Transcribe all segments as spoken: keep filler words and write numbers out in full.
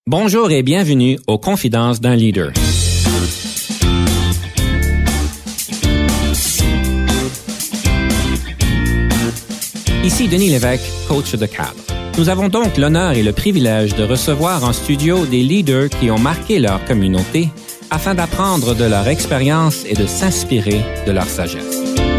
Bonjour et bienvenue aux Confidences d'un leader. Ici Denis Lévesque, coach de cadre. Nous avons donc l'honneur et le privilège de recevoir en studio des leaders qui ont marqué leur communauté afin d'apprendre de leur expérience et de s'inspirer de leur sagesse.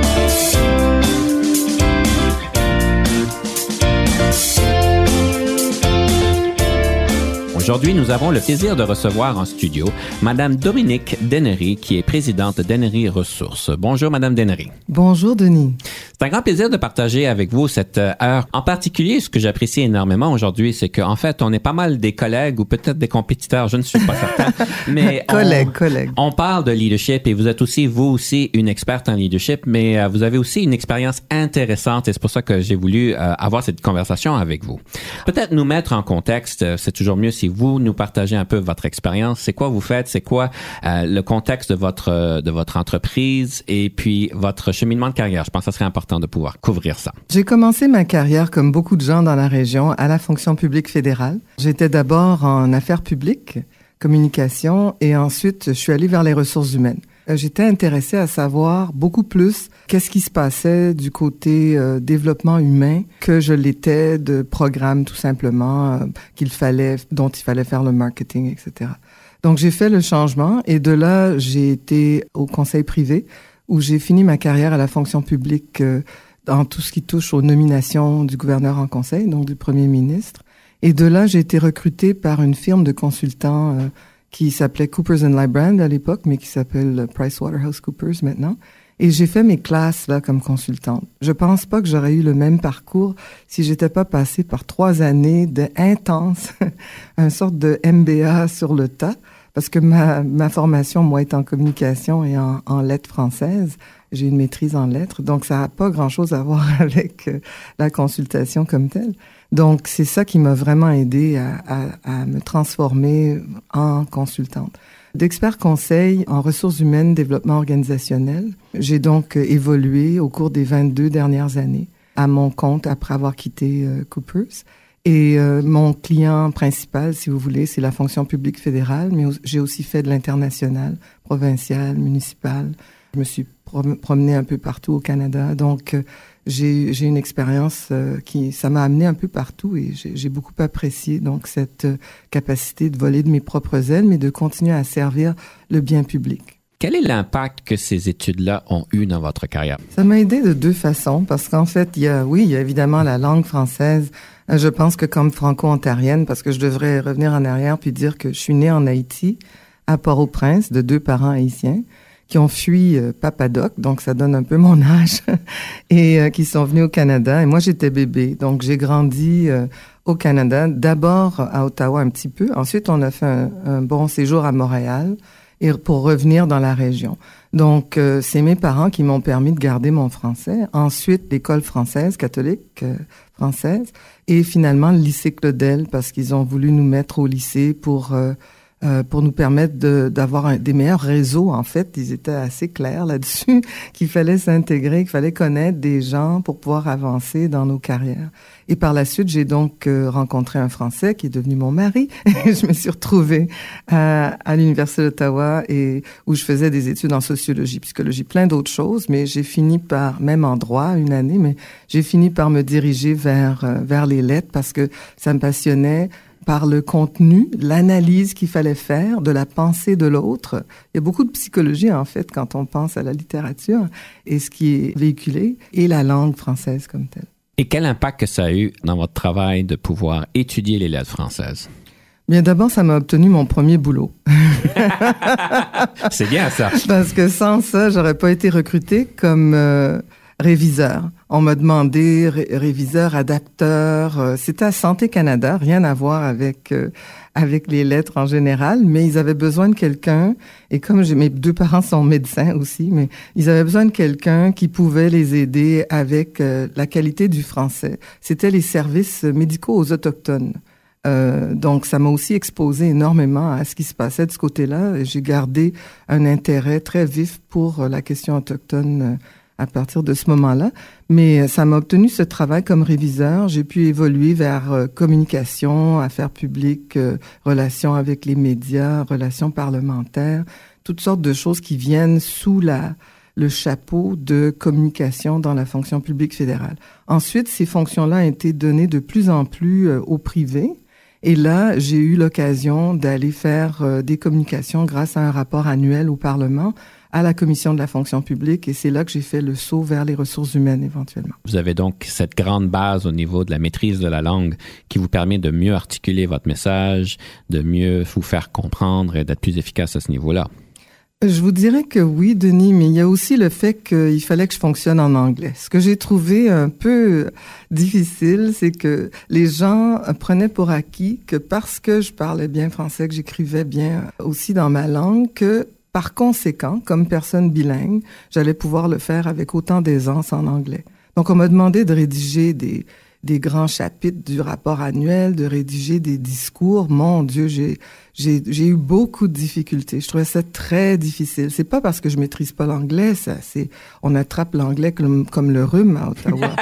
Aujourd'hui, nous avons le plaisir de recevoir en studio Madame Dominique Dennery, qui est présidente de Dennery Ressources. Bonjour, Madame Dennery. Bonjour, Denis. C'est un grand plaisir de partager avec vous cette heure. En particulier, ce que j'apprécie énormément aujourd'hui, c'est qu'en fait, on est pas mal des collègues ou peut-être des compétiteurs, je ne suis pas certain. Mais collègues, on, collègues. On parle de leadership et vous êtes aussi, vous aussi, une experte en leadership, mais vous avez aussi une expérience intéressante et c'est pour ça que j'ai voulu euh, avoir cette conversation avec vous. Peut-être nous mettre en contexte, c'est toujours mieux si vous nous partagez un peu votre expérience. C'est quoi vous faites? C'est quoi euh, le contexte de votre de votre entreprise et puis votre cheminement de carrière? Je pense que ça serait important de pouvoir couvrir ça. J'ai commencé ma carrière, comme beaucoup de gens dans la région, à la fonction publique fédérale. J'étais d'abord en affaires publiques, communication, et ensuite, je suis allée vers les ressources humaines. J'étais intéressée à savoir beaucoup plus qu'est-ce qui se passait du côté euh, développement humain que je l'étais de programmes tout simplement euh, qu'il fallait, dont il fallait faire le marketing, et cetera. Donc j'ai fait le changement et de là j'ai été au conseil privé où j'ai fini ma carrière à la fonction publique euh, dans tout ce qui touche aux nominations du gouverneur en conseil, donc du premier ministre. Et de là j'ai été recrutée par une firme de consultants euh, qui s'appelait Coopers and Lybrand à l'époque, mais qui s'appelle PricewaterhouseCoopers maintenant. Et j'ai fait mes classes là comme consultante. Je pense pas que j'aurais eu le même parcours si j'étais pas passée par trois années de intense, une sorte de M B A sur le tas, parce que ma, ma formation, moi, est en communication et en, en lettres françaises. J'ai une maîtrise en lettres, donc ça n'a pas grand-chose à voir avec euh, la consultation comme telle. Donc, c'est ça qui m'a vraiment aidée à, à, à me transformer en consultante. D'expert conseil en ressources humaines, développement organisationnel, j'ai donc évolué au cours des vingt-deux dernières années à mon compte après avoir quitté euh, Coopers. Et euh, mon client principal, si vous voulez, c'est la fonction publique fédérale, mais j'ai aussi fait de l'international, provincial, municipal. Je me suis prom- promenée un peu partout au Canada, donc euh, j'ai, j'ai une expérience euh, qui, ça m'a amené un peu partout et j'ai, j'ai beaucoup apprécié donc cette euh, capacité de voler de mes propres ailes, mais de continuer à servir le bien public. Quel est l'impact que ces études-là ont eu dans votre carrière? Ça m'a aidé de deux façons, parce qu'en fait, il y a, oui, il y a évidemment la langue française. Je pense que comme franco-ontarienne, parce que je devrais revenir en arrière puis dire que je suis née en Haïti, à Port-au-Prince, de deux parents haïtiens, qui ont fui euh, Papadoc, donc ça donne un peu mon âge, et euh, qui sont venus au Canada. Et moi, j'étais bébé, donc j'ai grandi euh, au Canada, d'abord à Ottawa un petit peu. Ensuite, on a fait un, un bon séjour à Montréal et pour revenir dans la région. Donc, euh, c'est mes parents qui m'ont permis de garder mon français. Ensuite, l'école française, catholique euh, française, et finalement le lycée Claudel, parce qu'ils ont voulu nous mettre au lycée pour euh, Euh, pour nous permettre de, d'avoir un, des meilleurs réseaux. En fait, ils étaient assez clairs là-dessus, qu'il fallait s'intégrer, qu'il fallait connaître des gens pour pouvoir avancer dans nos carrières. Et par la suite, j'ai donc euh, rencontré un Français qui est devenu mon mari. Je me suis retrouvée à, à l'Université d'Ottawa et où je faisais des études en sociologie, psychologie, plein d'autres choses, mais j'ai fini par, même en droit, une année, mais j'ai fini par me diriger vers, euh, vers les lettres parce que ça me passionnait par le contenu, l'analyse qu'il fallait faire de la pensée de l'autre. Il y a beaucoup de psychologie, en fait, quand on pense à la littérature et ce qui est véhiculé, et la langue française comme telle. Et quel impact que ça a eu dans votre travail de pouvoir étudier les lettres françaises? Bien, d'abord, ça m'a obtenu mon premier boulot. C'est bien, ça. Parce que sans ça, j'aurais pas été recrutée comme euh, réviseur. On m'a demandé ré- réviseur, adapteur. Euh, c'était à Santé Canada, rien à voir avec euh, avec les lettres en général, mais ils avaient besoin de quelqu'un. Et comme j'ai, mes deux parents sont médecins aussi, mais ils avaient besoin de quelqu'un qui pouvait les aider avec euh, la qualité du français. C'était les services médicaux aux autochtones. Euh, donc, ça m'a aussi exposé énormément à ce qui se passait de ce côté-là. J'ai gardé un intérêt très vif pour la question autochtone à partir de ce moment-là. Mais ça m'a obtenu ce travail comme réviseur. J'ai pu évoluer vers euh, communication, affaires publiques, euh, relations avec les médias, relations parlementaires, toutes sortes de choses qui viennent sous la le chapeau de communication dans la fonction publique fédérale. Ensuite, ces fonctions-là ont été données de plus en plus euh, au privé. Et là, j'ai eu l'occasion d'aller faire euh, des communications grâce à un rapport annuel au Parlement à la Commission de la fonction publique. Et c'est là que j'ai fait le saut vers les ressources humaines éventuellement. Vous avez donc cette grande base au niveau de la maîtrise de la langue qui vous permet de mieux articuler votre message, de mieux vous faire comprendre et d'être plus efficace à ce niveau-là. Je vous dirais que oui, Denis, mais il y a aussi le fait qu'il fallait que je fonctionne en anglais. Ce que j'ai trouvé un peu difficile, c'est que les gens prenaient pour acquis que parce que je parlais bien français, que j'écrivais bien aussi dans ma langue, que par conséquent, comme personne bilingue, j'allais pouvoir le faire avec autant d'aisance en anglais. Donc, on m'a demandé de rédiger des des grands chapitres du rapport annuel, de rédiger des discours. Mon Dieu, j'ai j'ai j'ai eu beaucoup de difficultés. Je trouvais ça très difficile. C'est pas parce que je maîtrise pas l'anglais, ça c'est on attrape l'anglais comme comme le rhume à Ottawa.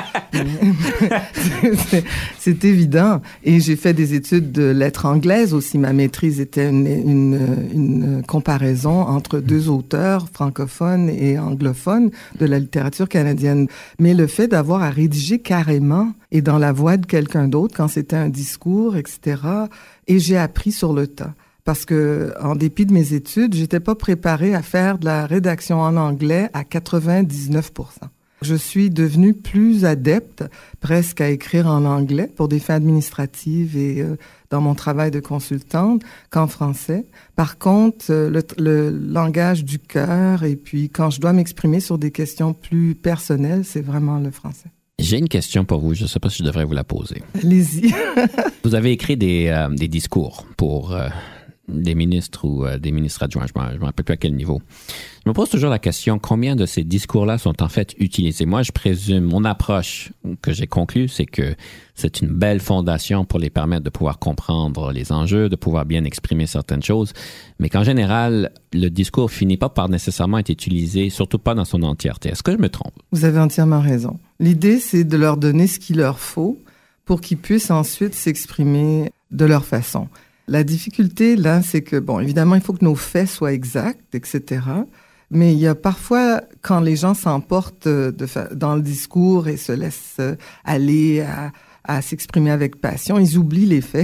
c'est, c'est évident. Et j'ai fait des études de lettres anglaises aussi. Ma maîtrise était une une, une comparaison entre deux auteurs francophones et anglophones de la littérature canadienne. Mais le fait d'avoir à rédiger carrément et dans la voix de quelqu'un d'autre quand c'était un discours, et cetera. Et j'ai appris sur le tas. Parce que, en dépit de mes études, j'étais pas préparée à faire de la rédaction en anglais à quatre-vingt-dix-neuf pour cent. Je suis devenue plus adepte, presque à écrire en anglais pour des fins administratives et euh, dans mon travail de consultante qu'en français. Par contre, euh, le, le langage du cœur et puis quand je dois m'exprimer sur des questions plus personnelles, c'est vraiment le français. J'ai une question pour vous. Je ne sais pas si je devrais vous la poser. Allez-y. Vous avez écrit des, euh, des discours pour euh, des ministres ou euh, des ministres adjoints. Je ne me rappelle plus à quel niveau. Je me pose toujours la question, combien de ces discours-là sont en fait utilisés? Moi, je présume, mon approche que j'ai conclue, c'est que c'est une belle fondation pour les permettre de pouvoir comprendre les enjeux, de pouvoir bien exprimer certaines choses, mais qu'en général, le discours finit pas par nécessairement être utilisé, surtout pas dans son entièreté. Est-ce que je me trompe? Vous avez entièrement raison. L'idée, c'est de leur donner ce qu'il leur faut pour qu'ils puissent ensuite s'exprimer de leur façon. La difficulté, là, c'est que, bon, évidemment, il faut que nos faits soient exacts, et cetera. Mais il y a parfois, quand les gens s'emportent de fa- dans le discours et se laissent aller à, à s'exprimer avec passion, ils oublient les faits.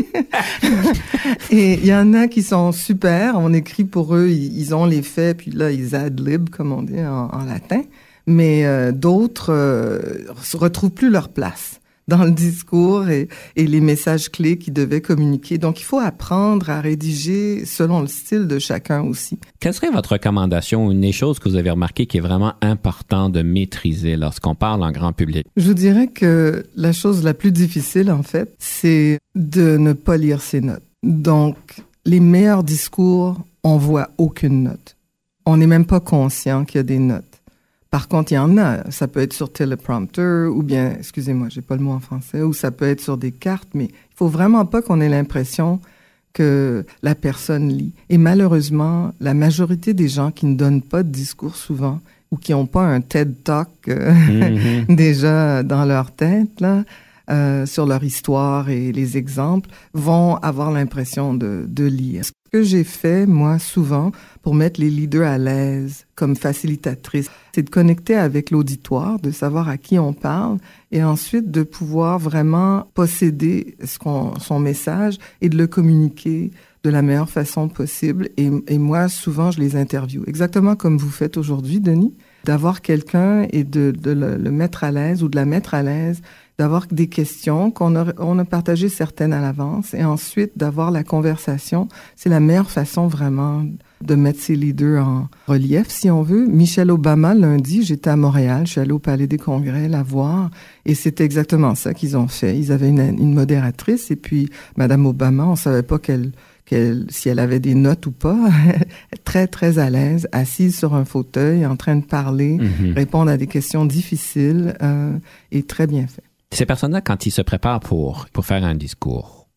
Et il y en a qui sont super, on écrit pour eux, ils, ils ont les faits, puis là, ils ad-lib, comme on dit en, en latin. Mais euh, d'autres euh, ne retrouvent plus leur place dans le discours et, et les messages clés qu'ils devaient communiquer. Donc, il faut apprendre à rédiger selon le style de chacun aussi. Quelle serait votre recommandation, une des choses que vous avez remarqué qui est vraiment important de maîtriser lorsqu'on parle en grand public? Je vous dirais que la chose la plus difficile, en fait, c'est de ne pas lire ses notes. Donc, les meilleurs discours, on voit aucune note. On n'est même pas conscient qu'il y a des notes. Par contre, il y en a. Ça peut être sur téléprompter ou bien, excusez-moi, j'ai pas le mot en français, ou ça peut être sur des cartes, mais il faut vraiment pas qu'on ait l'impression que la personne lit. Et malheureusement, la majorité des gens qui ne donnent pas de discours souvent ou qui n'ont pas un TED Talk euh, mm-hmm. déjà dans leur tête, là, euh, sur leur histoire et les exemples, vont avoir l'impression de, de lire. Ce que j'ai fait, moi, souvent, pour mettre les leaders à l'aise comme facilitatrice, c'est de connecter avec l'auditoire, de savoir à qui on parle et ensuite de pouvoir vraiment posséder ce qu'on, son message et de le communiquer de la meilleure façon possible. Et, et moi, souvent, je les interviewe. Exactement comme vous faites aujourd'hui, Denis, d'avoir quelqu'un et de, de le, le mettre à l'aise ou de la mettre à l'aise, d'avoir des questions qu'on a, on a partagées certaines à l'avance et ensuite d'avoir la conversation. C'est la meilleure façon vraiment de mettre ses leaders en relief, si on veut. Michelle Obama, lundi, j'étais à Montréal, je suis allée au Palais des Congrès la voir et c'était exactement ça qu'ils ont fait. Ils avaient une, une modératrice et puis Madame Obama, on savait pas qu'elle, qu'elle, si elle avait des notes ou pas, très, très à l'aise, assise sur un fauteuil, en train de parler, mm-hmm. répondre à des questions difficiles euh, et très bien fait. Ces personnes-là, quand ils se préparent pour, pour faire un discours,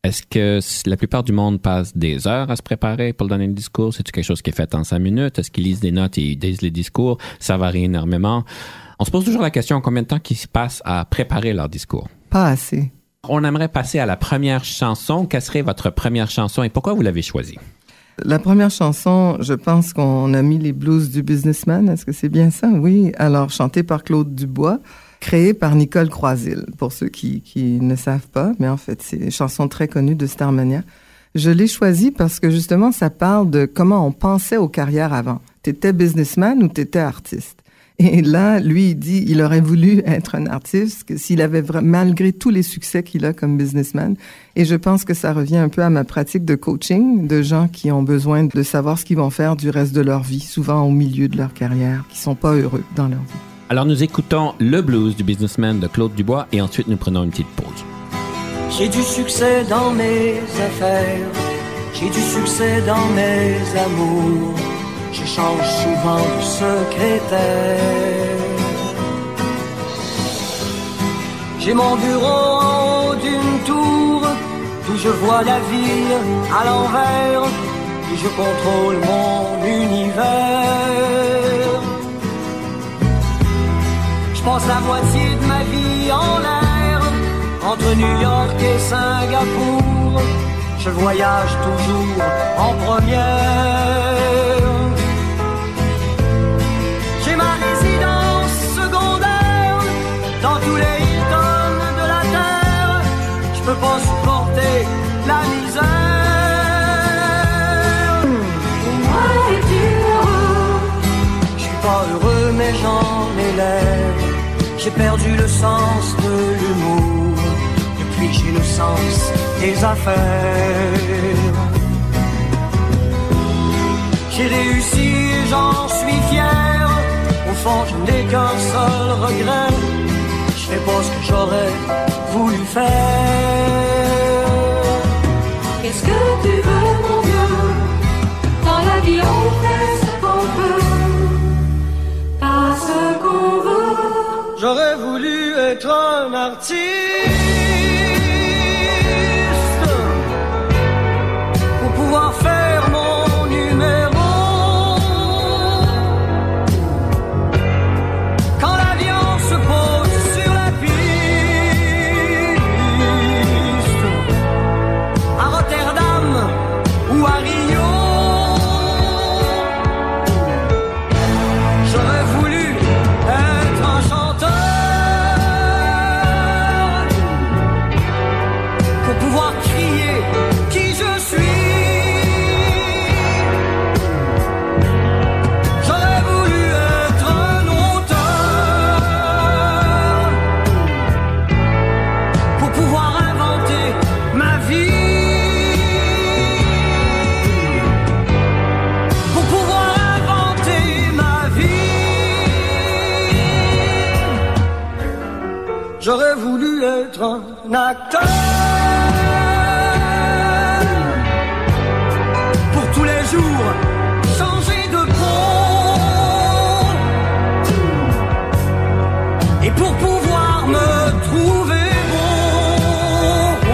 Est-ce que la plupart du monde passe des heures à se préparer pour donner le discours? C'est-tu quelque chose qui est fait en cinq minutes? Est-ce qu'ils lisent des notes et ils disent les discours? Ça varie énormément. On se pose toujours la question combien de temps qu'ils se passent à préparer leur discours? Pas assez. On aimerait passer à la première chanson. Quelle serait votre première chanson et pourquoi vous l'avez choisie? La première chanson, je pense qu'on a mis les blues du businessman. Est-ce que c'est bien ça? Oui. Alors, chantée par Claude Dubois, créée par Nicole Croisille, pour ceux qui, qui ne savent pas. Mais en fait, c'est une chanson très connue de Starmania. Je l'ai choisie parce que justement, ça parle de comment on pensait aux carrières avant. T'étais businessman ou t'étais artiste? Et là, lui, il dit, il aurait voulu être un artiste que s'il avait vraiment, malgré tous les succès qu'il a comme businessman. Et je pense que ça revient un peu à ma pratique de coaching, de gens qui ont besoin de savoir ce qu'ils vont faire du reste de leur vie, souvent au milieu de leur carrière, qui sont pas heureux dans leur vie. Alors, nous écoutons le blues du businessman de Claude Dubois et ensuite nous prenons une petite pause. J'ai du succès dans mes affaires, j'ai du succès dans mes amours. Je change souvent de secrétaire. J'ai mon bureau en haut d'une tour, d'où je vois la ville à l'envers, et je contrôle mon univers. Je passe la moitié de ma vie en l'air, entre New York et Singapour. Je voyage toujours en première. J'ai ma résidence secondaire dans tous les Hilton de la terre. Je peux pas supporter la misère. Moi, es-tu heureux? Je suis pas heureux, mais j'en ai l'air. J'ai perdu le sens de l'humour. Depuis, j'ai le sens des affaires. J'ai réussi et j'en suis fier. Au fond, je n'ai qu'un seul regret. Je fais pas ce que j'aurais voulu faire. Qu'est-ce que tu veux, mon Dieu? Dans la vie, on fait ce qu'on peut, pas ce qu'on veut. J'aurais voulu être un artiste pour pouvoir faire mon numéro. J'aurais voulu être un acteur pour tous les jours changer de peau et pour pouvoir me trouver beau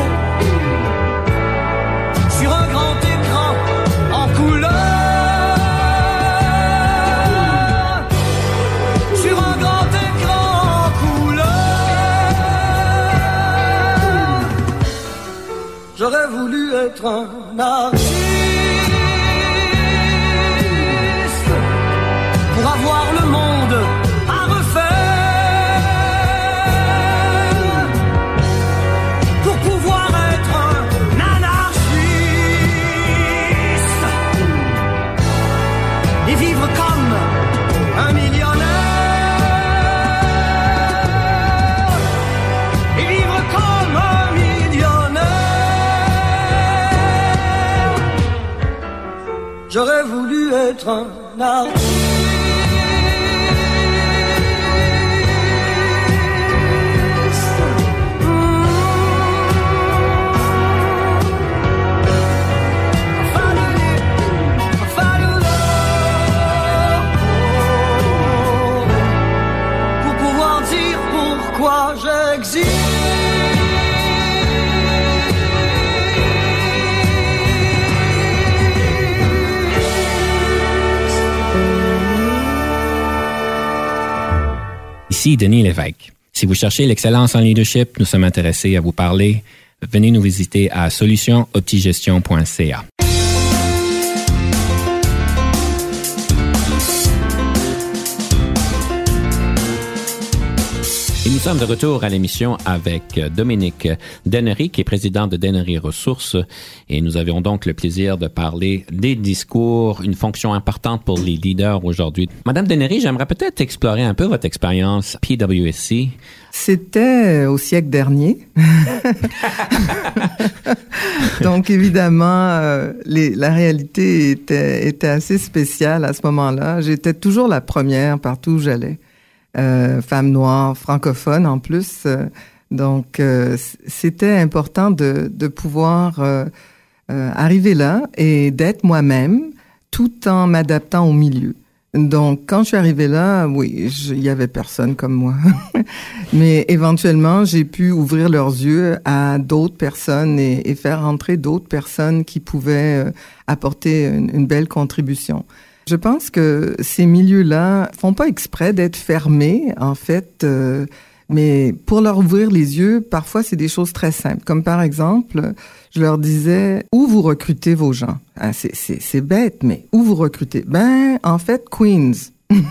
sur un grand écran en couleur. J'aurais voulu être un artiste pour avoir le monde à refaire, pour pouvoir être un anarchiste et vivre comme un millionnaire. Et vivre comme un millionnaire. J'aurais voulu être un artiste. Pour pouvoir dire pourquoi j'existe. Ici Denis Lévesque. Si vous cherchez l'excellence en leadership, nous sommes intéressés à vous parler. Venez nous visiter à solution optigestion point c a. Et nous sommes de retour à l'émission avec Dominique Dennery, qui est président de Dennery Ressources. Et nous avions donc le plaisir de parler des discours, une fonction importante pour les leaders aujourd'hui. Madame Dennery, j'aimerais peut-être explorer un peu votre expérience P W S C. C'était au siècle dernier. Donc, évidemment, euh, les, la réalité était, était assez spéciale à ce moment-là. J'étais toujours la première partout où j'allais. Euh, femme noire, francophone en plus. Euh, donc, euh, c'était important de, de pouvoir euh, euh, arriver là et d'être moi-même tout en m'adaptant au milieu. Donc, quand je suis arrivée là, oui, il y avait personne comme moi. Mais éventuellement, j'ai pu ouvrir leurs yeux à d'autres personnes et, et faire entrer d'autres personnes qui pouvaient euh, apporter une, une belle contribution. Je pense que ces milieux-là font pas exprès d'être fermés, en fait, euh, mais pour leur ouvrir les yeux, parfois c'est des choses très simples. Comme par exemple, je leur disais, où vous recrutez vos gens? Ah, c'est, c'est, c'est bête, mais où vous recrutez? Ben, en fait, Queens.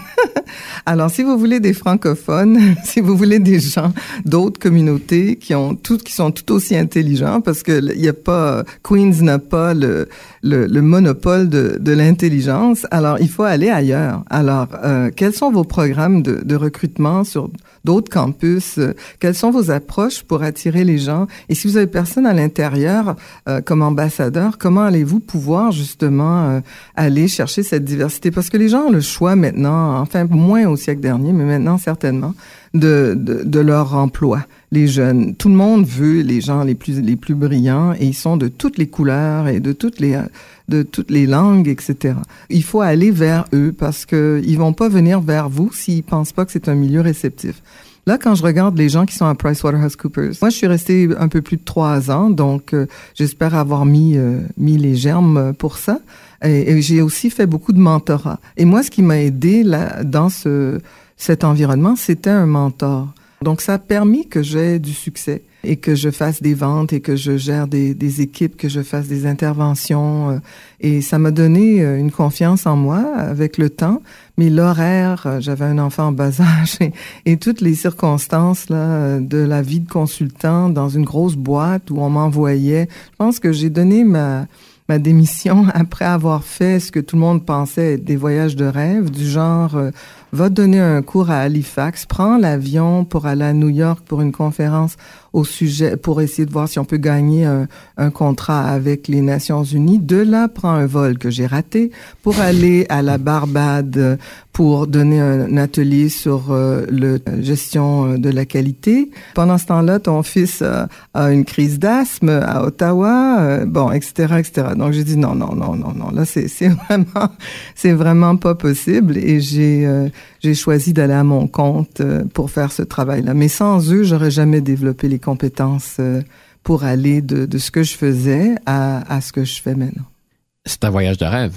Alors, si vous voulez des francophones, si vous voulez des gens d'autres communautés qui ont tout, qui sont tout aussi intelligents, parce que il y a pas, Queens n'a pas le, le, le monopole de, de l'intelligence. Alors, il faut aller ailleurs. Alors, euh, quels sont vos programmes de, de recrutement sur d'autres campus? Quelles sont vos approches pour attirer les gens? Et si vous avez personne à l'intérieur euh, comme ambassadeur, comment allez-vous pouvoir justement euh, aller chercher cette diversité? Parce que les gens ont le choix maintenant, enfin moins au siècle dernier, mais maintenant certainement, de, de, de leur emploi. Les jeunes, tout le monde veut les gens les plus les plus brillants et ils sont de toutes les couleurs et de toutes les de toutes les langues, et cetera. Il faut aller vers eux parce que ils vont pas venir vers vous s'ils pensent pas que c'est un milieu réceptif. Là, quand je regarde les gens qui sont à PricewaterhouseCoopers, moi, je suis restée un peu plus de trois ans, donc euh, j'espère avoir mis euh, mis les germes pour ça. Et, et j'ai aussi fait beaucoup de mentorat. Et moi, ce qui m'a aidé là dans ce cet environnement, c'était un mentor. Donc, ça a permis que j'ai du succès et que je fasse des ventes et que je gère des, des équipes, que je fasse des interventions. Euh, et ça m'a donné euh, une confiance en moi avec le temps. Mais l'horaire, euh, j'avais un enfant en bas âge et, et toutes les circonstances là de la vie de consultant dans une grosse boîte où on m'envoyait. Je pense que j'ai donné ma... ma démission après avoir fait ce que tout le monde pensait être des voyages de rêve, du genre euh, va donner un cours à Halifax, prends l'avion pour aller à New York pour une conférence au sujet, pour essayer de voir si on peut gagner un, un contrat avec les Nations Unies. De là, prends un vol que j'ai raté pour aller à la Barbade pour donner un atelier sur euh, le gestion de la qualité. Pendant ce temps-là, ton fils euh, a une crise d'asthme à Ottawa, euh, bon, et cetera, et cetera. Donc, j'ai dit non, non, non, non, non. Là, c'est, c'est vraiment, c'est vraiment pas possible. Et j'ai, euh, j'ai choisi d'aller à mon compte euh, pour faire ce travail-là. Mais sans eux, j'aurais jamais développé les compétences euh, pour aller de, de ce que je faisais à, à ce que je fais maintenant. C'est un voyage de rêve.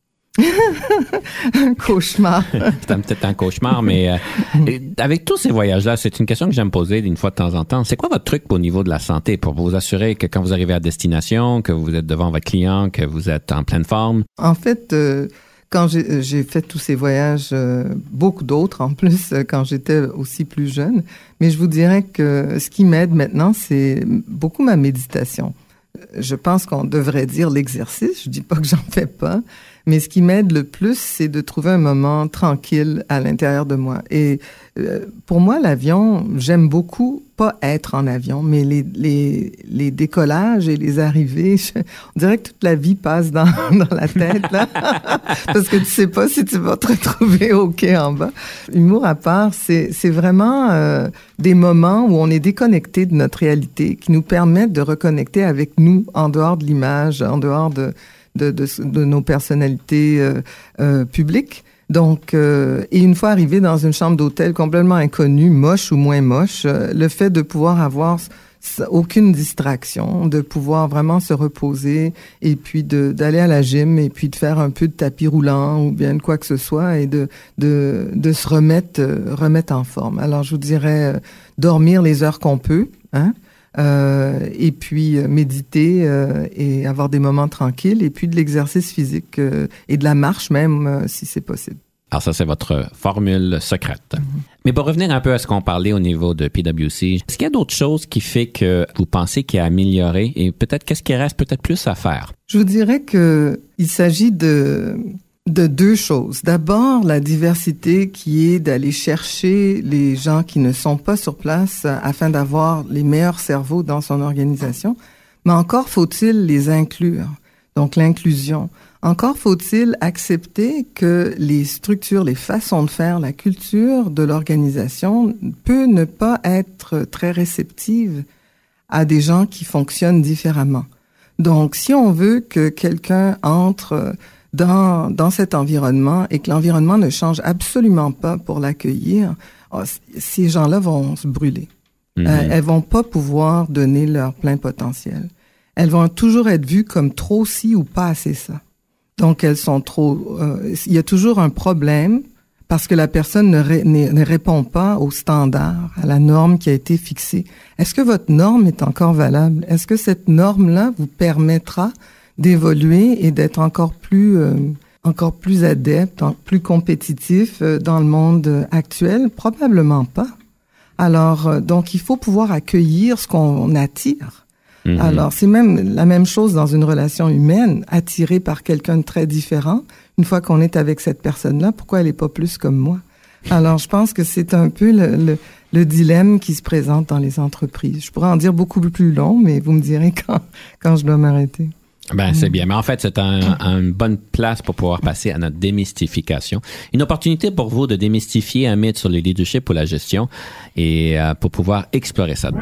Un cauchemar. C'est peut-être un cauchemar, mais euh, avec tous ces voyages-là, c'est une question que j'aime poser une fois de temps en temps. C'est quoi votre truc au niveau de la santé pour vous assurer que quand vous arrivez à destination, que vous êtes devant votre client, que vous êtes en pleine forme? En fait, euh, quand j'ai, j'ai fait tous ces voyages, euh, beaucoup d'autres en plus, euh, quand j'étais aussi plus jeune, mais je vous dirais que ce qui m'aide maintenant, c'est beaucoup ma méditation. Je pense qu'on devrait dire l'exercice. Je dis pas que j'en fais pas, mais ce qui m'aide le plus, c'est de trouver un moment tranquille à l'intérieur de moi. Et euh, pour moi, l'avion, j'aime beaucoup pas être en avion, mais les les les décollages et les arrivées, je, on dirait que toute la vie passe dans dans la tête là, parce que tu sais pas si tu vas te retrouver au quai en bas. Humour à part, c'est c'est vraiment euh, des moments où on est déconnecté de notre réalité, qui nous permettent de reconnecter avec nous en dehors de l'image, en dehors de De, de, de nos personnalités euh, euh, publiques. Donc, euh, et une fois arrivé dans une chambre d'hôtel complètement inconnue, moche ou moins moche, euh, le fait de pouvoir avoir aucune distraction, de pouvoir vraiment se reposer et puis de d'aller à la gym et puis de faire un peu de tapis roulant ou bien de quoi que ce soit et de de de se remettre remettre en forme. Alors je vous dirais euh, dormir les heures qu'on peut, hein, euh, et puis euh, méditer euh, et avoir des moments tranquilles et puis de l'exercice physique euh, et de la marche même euh, si c'est possible. Alors ça, c'est votre formule secrète. Mm-hmm. Mais pour revenir un peu à ce qu'on parlait au niveau de P W C, est-ce qu'il y a d'autres choses qui fait que vous pensez qu'il y a amélioré et peut-être qu'est-ce qui reste peut-être plus à faire? Je vous dirais que il s'agit de de deux choses. D'abord, la diversité qui est d'aller chercher les gens qui ne sont pas sur place afin d'avoir les meilleurs cerveaux dans son organisation. Mais encore faut-il les inclure. Donc l'inclusion. Encore faut-il accepter que les structures, les façons de faire, la culture de l'organisation peut ne pas être très réceptive à des gens qui fonctionnent différemment. Donc, si on veut que quelqu'un entre dans dans cet environnement et que l'environnement ne change absolument pas pour l'accueillir, ces gens-là vont se brûler. Mm-hmm. Euh, elles vont pas pouvoir donner leur plein potentiel. Elles vont toujours être vues comme trop ci ou pas assez ça. Donc, elles sont trop... Euh, il y a toujours un problème parce que la personne ne, ré, ne, ne répond pas au standard, à la norme qui a été fixée. Est-ce que votre norme est encore valable? Est-ce que cette norme-là vous permettra d'évoluer et d'être encore plus, euh, encore plus adepte, plus compétitif euh, dans le monde actuel? Probablement pas. Alors, euh, donc, il faut pouvoir accueillir ce qu'on attire. Mm-hmm. Alors, c'est même la même chose dans une relation humaine, attirée par quelqu'un de très différent. Une fois qu'on est avec cette personne-là, pourquoi elle est pas plus comme moi? Alors, je pense que c'est un peu le, le, le dilemme qui se présente dans les entreprises. Je pourrais en dire beaucoup plus long, mais vous me direz quand, quand je dois m'arrêter. Ben, c'est bien. Mais en fait, c'est un, une bonne place pour pouvoir passer à notre démystification. Une opportunité pour vous de démystifier un mythe sur le leadership ou la gestion et euh, pour pouvoir explorer ça.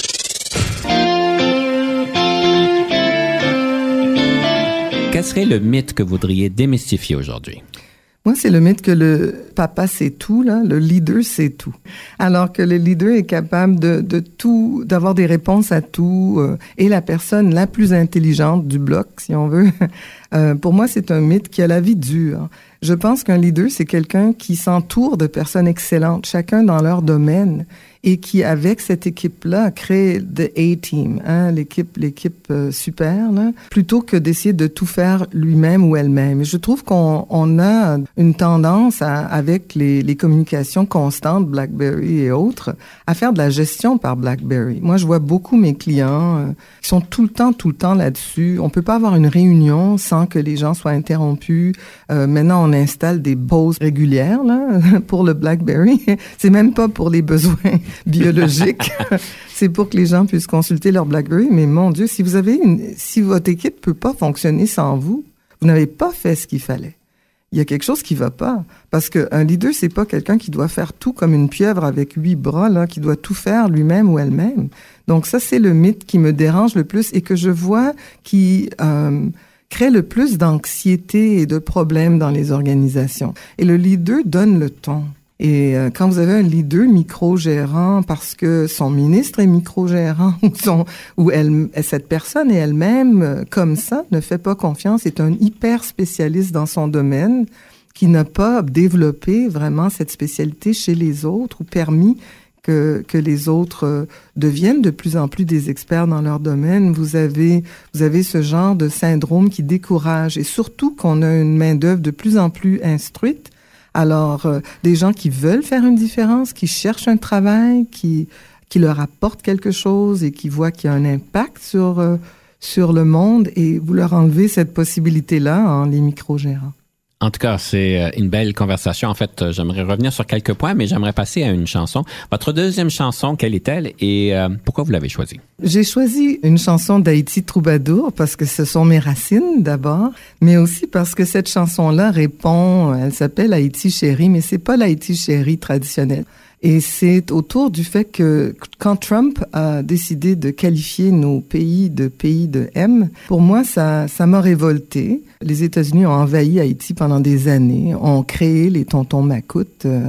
Quel serait le mythe que vous voudriez démystifier aujourd'hui? Moi, c'est le mythe que le papa sait tout, là, le leader sait tout. Alors que le leader est capable de, de tout, d'avoir des réponses à tout, euh, et la personne la plus intelligente du bloc, si on veut. Euh, pour moi, c'est un mythe qui a la vie dure. Je pense qu'un leader, c'est quelqu'un qui s'entoure de personnes excellentes, chacun dans leur domaine, et qui, avec cette équipe-là, crée the A-team, hein, l'équipe, l'équipe euh, super, là, plutôt que d'essayer de tout faire lui-même ou elle-même. Et je trouve qu'on on a une tendance, à, avec les, les communications constantes, BlackBerry et autres, à faire de la gestion par BlackBerry. Moi, je vois beaucoup mes clients euh, qui sont tout le temps, tout le temps là-dessus. On peut pas avoir une réunion sans que les gens soient interrompus. Euh, maintenant, on installe des pauses régulières là pour le BlackBerry. C'est même pas pour les besoins biologiques. C'est pour que les gens puissent consulter leur BlackBerry. Mais mon Dieu, si vous avez une, si votre équipe peut pas fonctionner sans vous, vous n'avez pas fait ce qu'il fallait. Il y a quelque chose qui va pas. Parce qu'un leader, c'est pas quelqu'un qui doit faire tout comme une pieuvre avec huit bras, là, qui doit tout faire lui-même ou elle-même. Donc ça, c'est le mythe qui me dérange le plus et que je vois qui euh, crée le plus d'anxiété et de problèmes dans les organisations. Et le leader donne le ton. Et euh, quand vous avez un leader micro-gérant parce que son ministre est micro-gérant ou, son, ou elle, cette personne est elle-même euh, comme ça, ne fait pas confiance, est un hyper spécialiste dans son domaine qui n'a pas développé vraiment cette spécialité chez les autres ou permis que, que les autres euh, deviennent de plus en plus des experts dans leur domaine. Vous avez, vous avez ce genre de syndrome qui décourage et surtout qu'on a une main-d'œuvre de plus en plus instruite. Alors, euh, des gens qui veulent faire une différence, qui cherchent un travail, qui qui leur apporte quelque chose et qui voient qu'il y a un impact sur euh, sur le monde et vous leur enlevez cette possibilité-là en les micro-gérants. En tout cas, c'est une belle conversation. En fait, j'aimerais revenir sur quelques points, mais j'aimerais passer à une chanson. Votre deuxième chanson, quelle est-elle et euh, pourquoi vous l'avez choisie? J'ai choisi une chanson d'Haïti Troubadour parce que ce sont mes racines d'abord, mais aussi parce que cette chanson-là répond, elle s'appelle Haïti chérie, mais c'est pas l'Haïti chérie traditionnelle. Et c'est autour du fait que quand Trump a décidé de qualifier nos pays de pays de M, pour moi, ça, ça m'a révolté. Les États-Unis ont envahi Haïti pendant des années, ont créé les tontons macoutes, euh,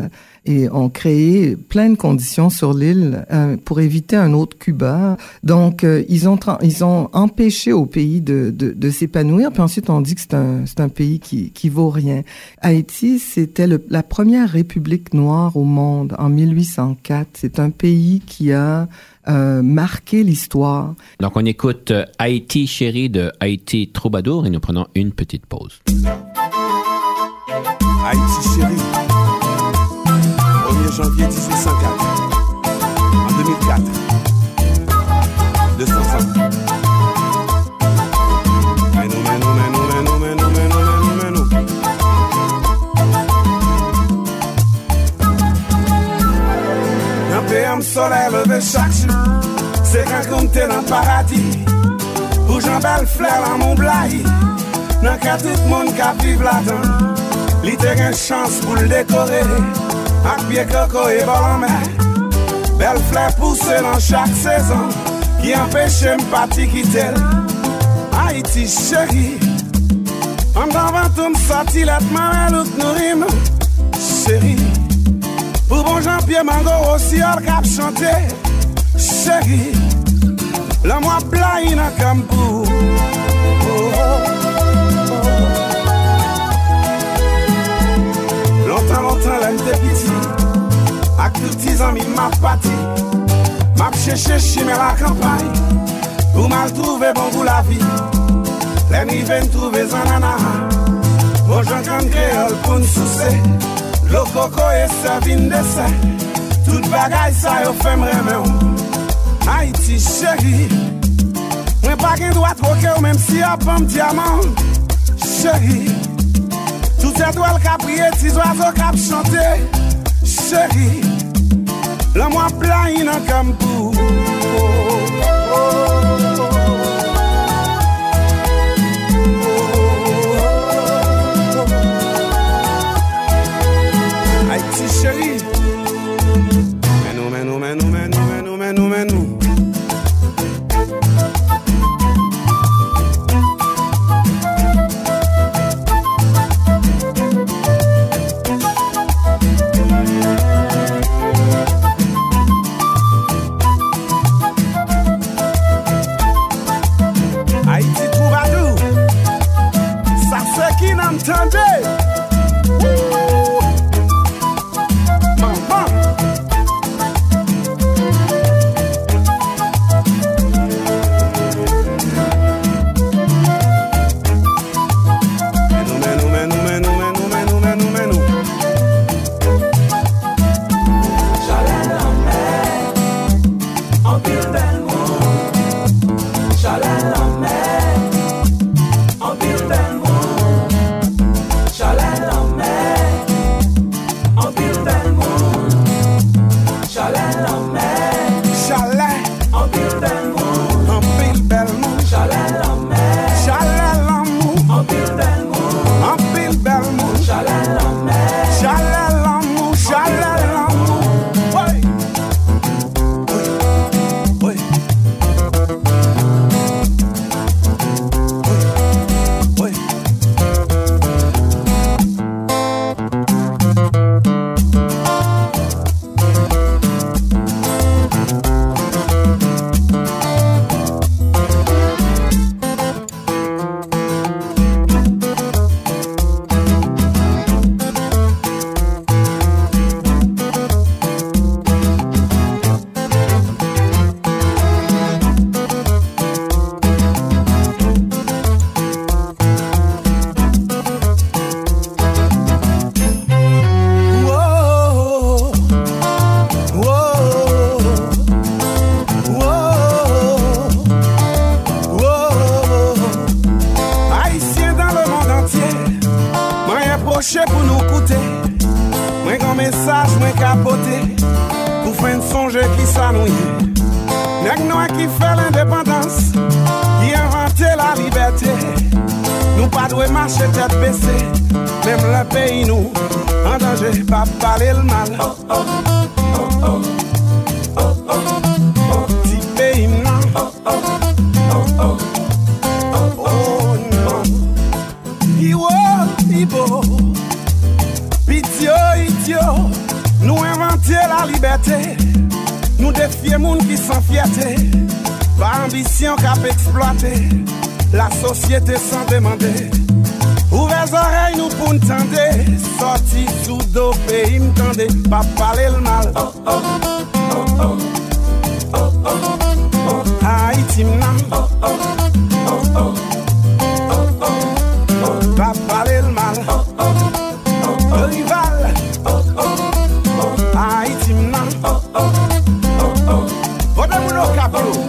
et ont créé plein de conditions sur l'île euh, pour éviter un autre Cuba. Donc, euh, ils ont tra- ils ont empêché au pays de, de, de s'épanouir. Puis ensuite, on dit que c'est un, c'est un pays qui, qui vaut rien. Haïti, c'était le, la première république noire au monde en mille huit cent quatre. C'est un pays qui a euh, marqué l'histoire. Donc, on écoute euh, Haïti chérie de Haïti Troubadour et nous prenons une petite pause. Haïti chérie, premier janvier dix-huit cent quatre, en deux mille quatre, deux cents ans. Menou, menou, menou, menou, menou, menou, menou, menou. Un pays en soleil levé chaque jour, c'est quand on t'est dans le paradis. Pour Jean-Bel Flair dans mon blaye, dans qu'à tout le monde qui vive là-dedans. Li te gen chance pour le décorer, ak pied coco et bol en mer. Belle fleur pousse dans chaque saison, qui empêche m'pati quitter. Haïti chérie, en avant tout m'sorti let ma look nourim. Chérie, pour bon Jean-Pierre Mango aussi al cap chanter. Chérie, la moi blaye nan Campou. Oh, oh. Longtemps, longtemps, là, m'te piti. Ak tout petits amis m'a pati. M'a cherché chimé la campagne. Ou mal trouvé bon pour la vie. Les niveaux trouvé zanana. Bon j'en can créole pour n'soucer. L'eau coco et servine dessert. Toute bagaille ça yo fait m'remer. Haïti chérie. Moi pas qu'un doigt troquer même si y'a pas un diamant. Chérie. Tout étoile qui a prié, petits oiseaux qui a chanté. Chérie, le moi plein dans Campou. Haïti chérie. Menou, menou, menou, menou, menou, menou, menou. liberté, nous défier moun qui sans fierté, pas ambition cap exploiter, la société sans demander. Ouvrez oreilles nous pour n'tendre, sorti sous dos pays m'tende, pas parler le mal. Oh oh oh oh oh oh oh. Haïti m'nam. Oh oh oh oh oh oh oh. Pas parler le mal. Oh oh oh oh. Rival. Oh oh oh. Haïti m'nam. Oh oh oh oh. Vote moun au capot.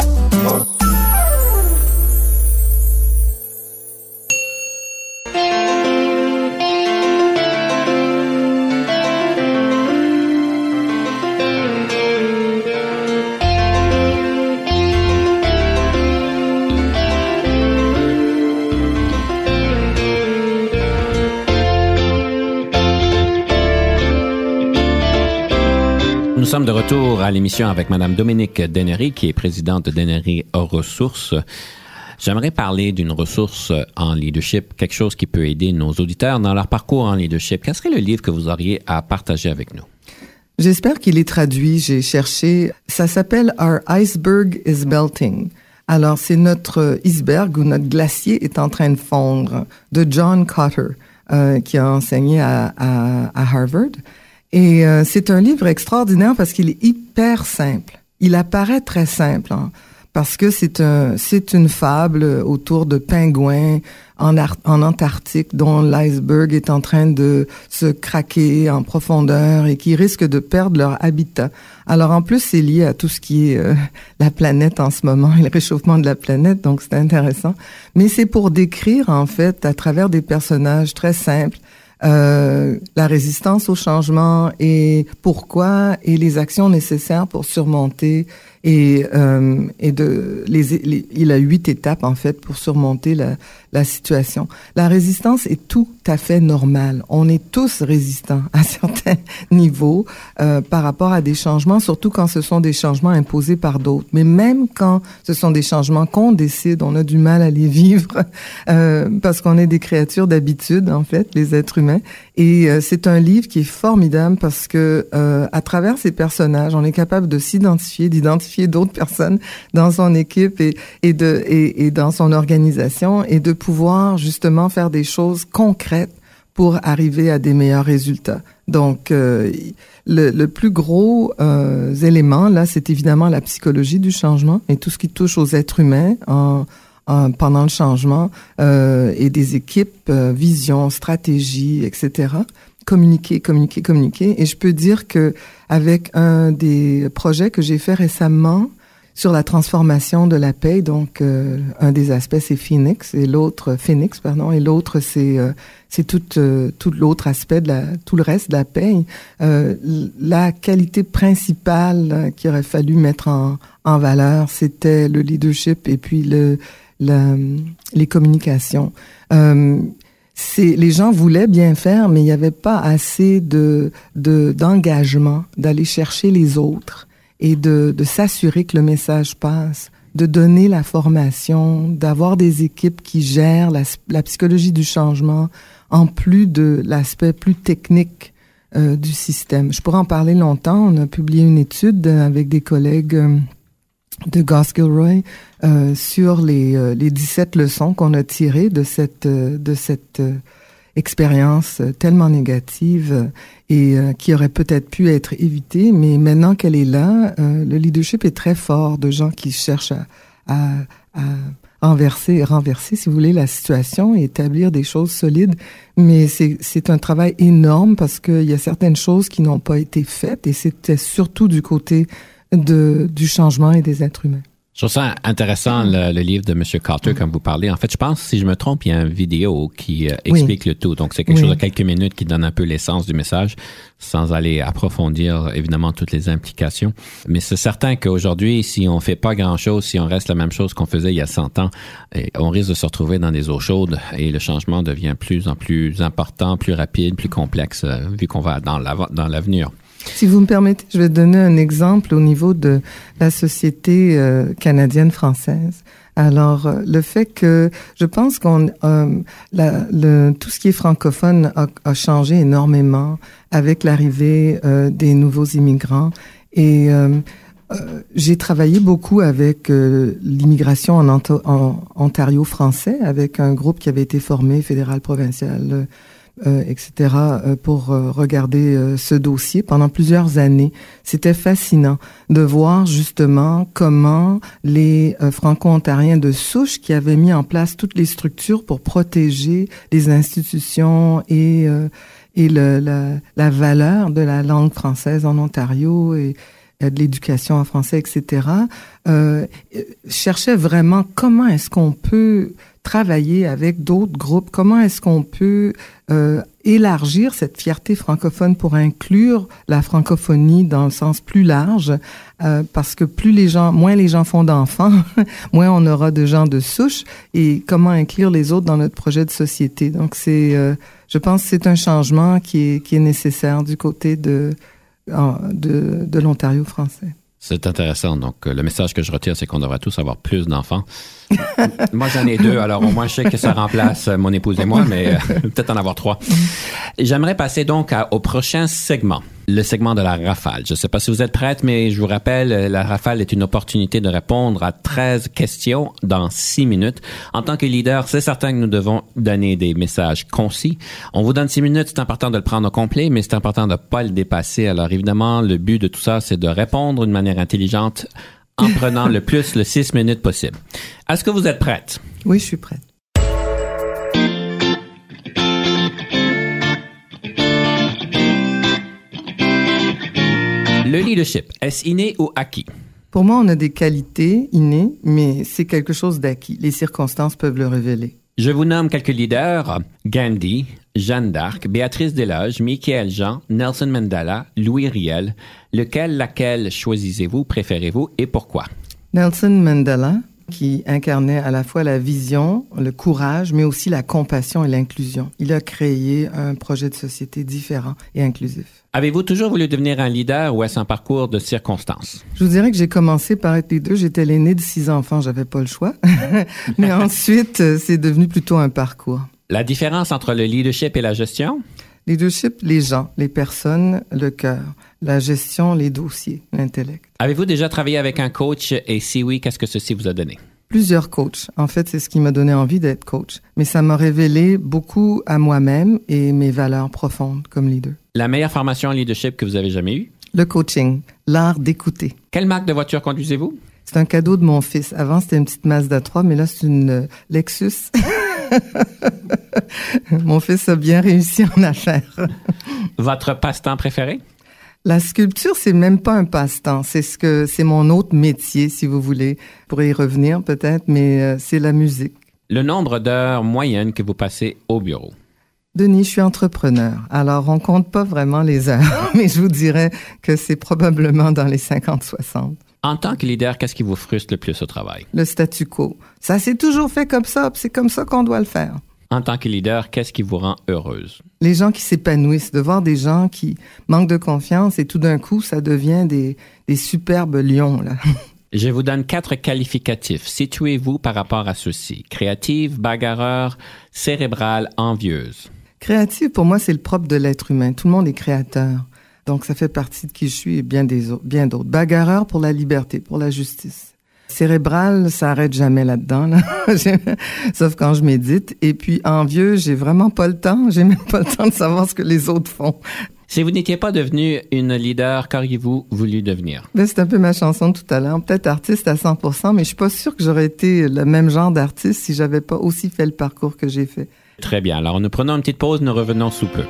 Nous sommes de retour à l'émission avec Madame Dominique Dennery, qui est présidente de Dennery Ressources. J'aimerais parler d'une ressource en leadership, quelque chose qui peut aider nos auditeurs dans leur parcours en leadership. Quel serait le livre que vous auriez à partager avec nous? J'espère qu'il est traduit. J'ai cherché. Ça s'appelle Our Iceberg is Melting. Alors, c'est notre iceberg ou notre glacier est en train de fondre, de John Cotter, euh, qui a enseigné à, à, à Harvard. Et euh, c'est un livre extraordinaire parce qu'il est hyper simple. Il apparaît très simple, hein, parce que c'est un, c'est une fable autour de pingouins en, Ar- en Antarctique dont l'iceberg est en train de se craquer en profondeur et qui risquent de perdre leur habitat. Alors en plus, c'est lié à tout ce qui est euh, la planète en ce moment et le réchauffement de la planète, donc c'est intéressant. Mais c'est pour décrire en fait à travers des personnages très simples Euh, la résistance au changement et pourquoi et les actions nécessaires pour surmonter et euh, et de les, les il a huit étapes en fait pour surmonter la la situation. La résistance est tout à fait normale. On est tous résistants à certains niveaux euh, par rapport à des changements, surtout quand ce sont des changements imposés par d'autres. Mais même quand ce sont des changements qu'on décide, on a du mal à les vivre euh, parce qu'on est des créatures d'habitude en fait, les êtres humains. Et euh, c'est un livre qui est formidable parce que euh, à travers ces personnages, on est capable de s'identifier, d'identifier d'autres personnes dans son équipe et, et de et, et dans son organisation et de pouvoir justement faire des choses concrètes pour arriver à des meilleurs résultats. Donc, euh, le, le plus gros euh, élément là, c'est évidemment la psychologie du changement et tout ce qui touche aux êtres humains en Euh, pendant le changement euh, et des équipes, euh, vision, stratégie, et cetera. Communiquer, communiquer, communiquer. Et je peux dire que avec un des projets que j'ai fait récemment sur la transformation de la paye, donc euh, un des aspects c'est Phoenix et l'autre Phoenix, pardon, et l'autre c'est euh, c'est tout euh, tout l'autre aspect de la tout le reste de la paye. Euh, la qualité principale euh, qu'il aurait fallu mettre en en valeur, c'était le leadership et puis le La, les communications. Euh, c'est, les gens voulaient bien faire, mais il n'y avait pas assez de, de, d'engagement d'aller chercher les autres et de, de s'assurer que le message passe, de donner la formation, d'avoir des équipes qui gèrent la, la psychologie du changement en plus de l'aspect plus technique euh, du système. Je pourrais en parler longtemps. On a publié une étude avec des collègues euh, de Goss Gilroy euh, sur les euh, les dix-sept leçons qu'on a tirées de cette euh, de cette euh, expérience tellement négative euh, et euh, qui aurait peut-être pu être évitée, mais maintenant qu'elle est là, euh, le leadership est très fort de gens qui cherchent à à, à renverser renverser si vous voulez la situation et établir des choses solides, mais c'est c'est un travail énorme parce que il y a certaines choses qui n'ont pas été faites et c'était surtout du côté de, du changement et des êtres humains. Je trouve ça intéressant, le, le livre de M. Cotter, comme vous parlez. En fait, je pense, si je me trompe, il y a une vidéo qui euh, explique oui. le tout. Donc, c'est quelque oui. chose de quelques minutes qui donne un peu l'essence du message, sans aller approfondir, évidemment, toutes les implications. Mais c'est certain qu'aujourd'hui, si on fait pas grand-chose, si on reste la même chose qu'on faisait il y a cent ans, on risque de se retrouver dans des eaux chaudes et le changement devient plus en plus important, plus rapide, plus complexe, euh, vu qu'on va dans, la, dans l'avenir. Si vous me permettez, je vais donner un exemple au niveau de la société euh, canadienne-française. Alors, euh, le fait que je pense qu'on euh, la, le, tout ce qui est francophone a, a changé énormément avec l'arrivée euh, des nouveaux immigrants Et euh, euh, j'ai travaillé beaucoup avec euh, l'immigration en, Onto- en Ontario français, avec un groupe qui avait été formé, fédéral, provincial, euh, et cetera, euh, pour euh, regarder euh, ce dossier pendant plusieurs années. C'était fascinant de voir justement comment les euh, Franco-Ontariens de souche qui avaient mis en place toutes les structures pour protéger les institutions et euh, et le, la, la valeur de la langue française en Ontario et de l'éducation en français, et cetera, euh, cherchait vraiment comment est-ce qu'on peut travailler avec d'autres groupes, comment est-ce qu'on peut euh, élargir cette fierté francophone pour inclure la francophonie dans le sens plus large, euh, parce que plus les gens, moins les gens font d'enfants, moins on aura de gens de souche, et comment inclure les autres dans notre projet de société. Donc c'est, euh, je pense que c'est un changement qui est, qui est nécessaire du côté de De, de l'Ontario français. C'est intéressant. Donc, le message que je retire, c'est qu'on devrait tous avoir plus d'enfants. Moi, j'en ai deux, alors au moins, je sais que ça remplace mon épouse et moi, mais euh, peut-être en avoir trois. J'aimerais passer donc à, au prochain segment, le segment de la rafale. Je ne sais pas si vous êtes prête, mais je vous rappelle, la rafale est une opportunité de répondre à treize questions dans six minutes. En tant que leader, c'est certain que nous devons donner des messages concis. On vous donne six minutes, c'est important de le prendre au complet, mais c'est important de ne pas le dépasser. Alors évidemment, le but de tout ça, c'est de répondre d'une manière intelligente en prenant le plus le six minutes possible. Est-ce que vous êtes prête? Oui, je suis prête. Le leadership, est-ce inné ou acquis? Pour moi, on a des qualités innées, mais c'est quelque chose d'acquis. Les circonstances peuvent le révéler. Je vous nomme quelques leaders. Gandhi, Jeanne d'Arc, Béatrice Desloges, Michael Jean, Nelson Mandela, Louis Riel. Lequel, laquelle choisissez-vous, préférez-vous et pourquoi? Nelson Mandela, qui incarnait à la fois la vision, le courage, mais aussi la compassion et l'inclusion. Il a créé un projet de société différent et inclusif. Avez-vous toujours voulu devenir un leader ou est-ce un parcours de circonstances? Je vous dirais que j'ai commencé par être les deux. J'étais l'aîné de six enfants, j'avais pas le choix. Mais ensuite, c'est devenu plutôt un parcours. La différence entre le leadership et la gestion? Leadership, les gens, les personnes, le cœur. La gestion, les dossiers, l'intellect. Avez-vous déjà travaillé avec un coach et si oui, qu'est-ce que ceci vous a donné? Plusieurs coachs. En fait, c'est ce qui m'a donné envie d'être coach. Mais ça m'a révélé beaucoup à moi-même et mes valeurs profondes comme leader. La meilleure formation en leadership que vous avez jamais eue? Le coaching, l'art d'écouter. Quelle marque de voiture conduisez-vous? C'est un cadeau de mon fils. Avant, c'était une petite Mazda trois, mais là, c'est une euh, Lexus. Mon fils a bien réussi en affaires. Votre passe-temps préféré? La sculpture, c'est même pas un passe-temps. C'est ce que, c'est mon autre métier, si vous voulez. Je pourrais y revenir peut-être, mais euh, c'est la musique. Le nombre d'heures moyennes que vous passez au bureau? Denis, je suis entrepreneur. Alors, on compte pas vraiment les heures, mais je vous dirais que c'est probablement dans les cinquante soixante. En tant que leader, qu'est-ce qui vous frustre le plus au travail? Le statu quo. Ça s'est toujours fait comme ça, puis c'est comme ça qu'on doit le faire. En tant que leader, qu'est-ce qui vous rend heureuse? Les gens qui s'épanouissent, de voir des gens qui manquent de confiance et tout d'un coup, ça devient des, des superbes lions, là. Je vous donne quatre qualificatifs. Situez-vous par rapport à ceux-ci. Créative, bagarreur, cérébrale, envieuse. Créative, pour moi, c'est le propre de l'être humain. Tout le monde est créateur. Donc, ça fait partie de qui je suis et bien, des autres, bien d'autres. Bagarreur pour la liberté, pour la justice. Cérébral, ça arrête jamais là-dedans, là. Sauf quand je médite. Et puis, envieux, j'ai vraiment pas le temps. J'ai même pas le temps de savoir ce que les autres font. Si vous n'étiez pas devenu une leader, qu'auriez-vous voulu devenir? Ben, c'est un peu ma chanson de tout à l'heure. Peut-être artiste à cent pour cent, mais je suis pas sûre que j'aurais été le même genre d'artiste si j'avais pas aussi fait le parcours que j'ai fait. Très bien. Alors, nous prenons une petite pause, nous revenons sous peu.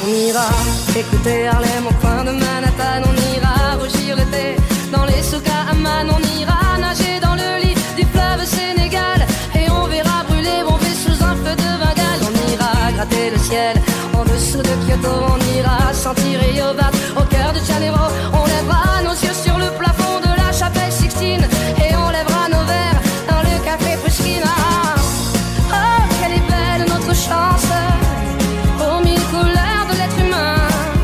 On ira écouter Harlem au coin de Manhattan. On ira rougir l'été dans les souks à Amman. On ira nager dans le lit du fleuve Sénégal. Et on verra brûler Bombay sous un feu de Bengale. On ira gratter le ciel en dessous de Kyoto. On ira sentir Yobat au cœur de Janeiro. On lèvera nos yeux sur le plafond de la chapelle Sixtine. Et on lèvera nos verres dans le café Pushkina. Oh, quelle est belle notre chance, aux mille couleurs de l'être humain,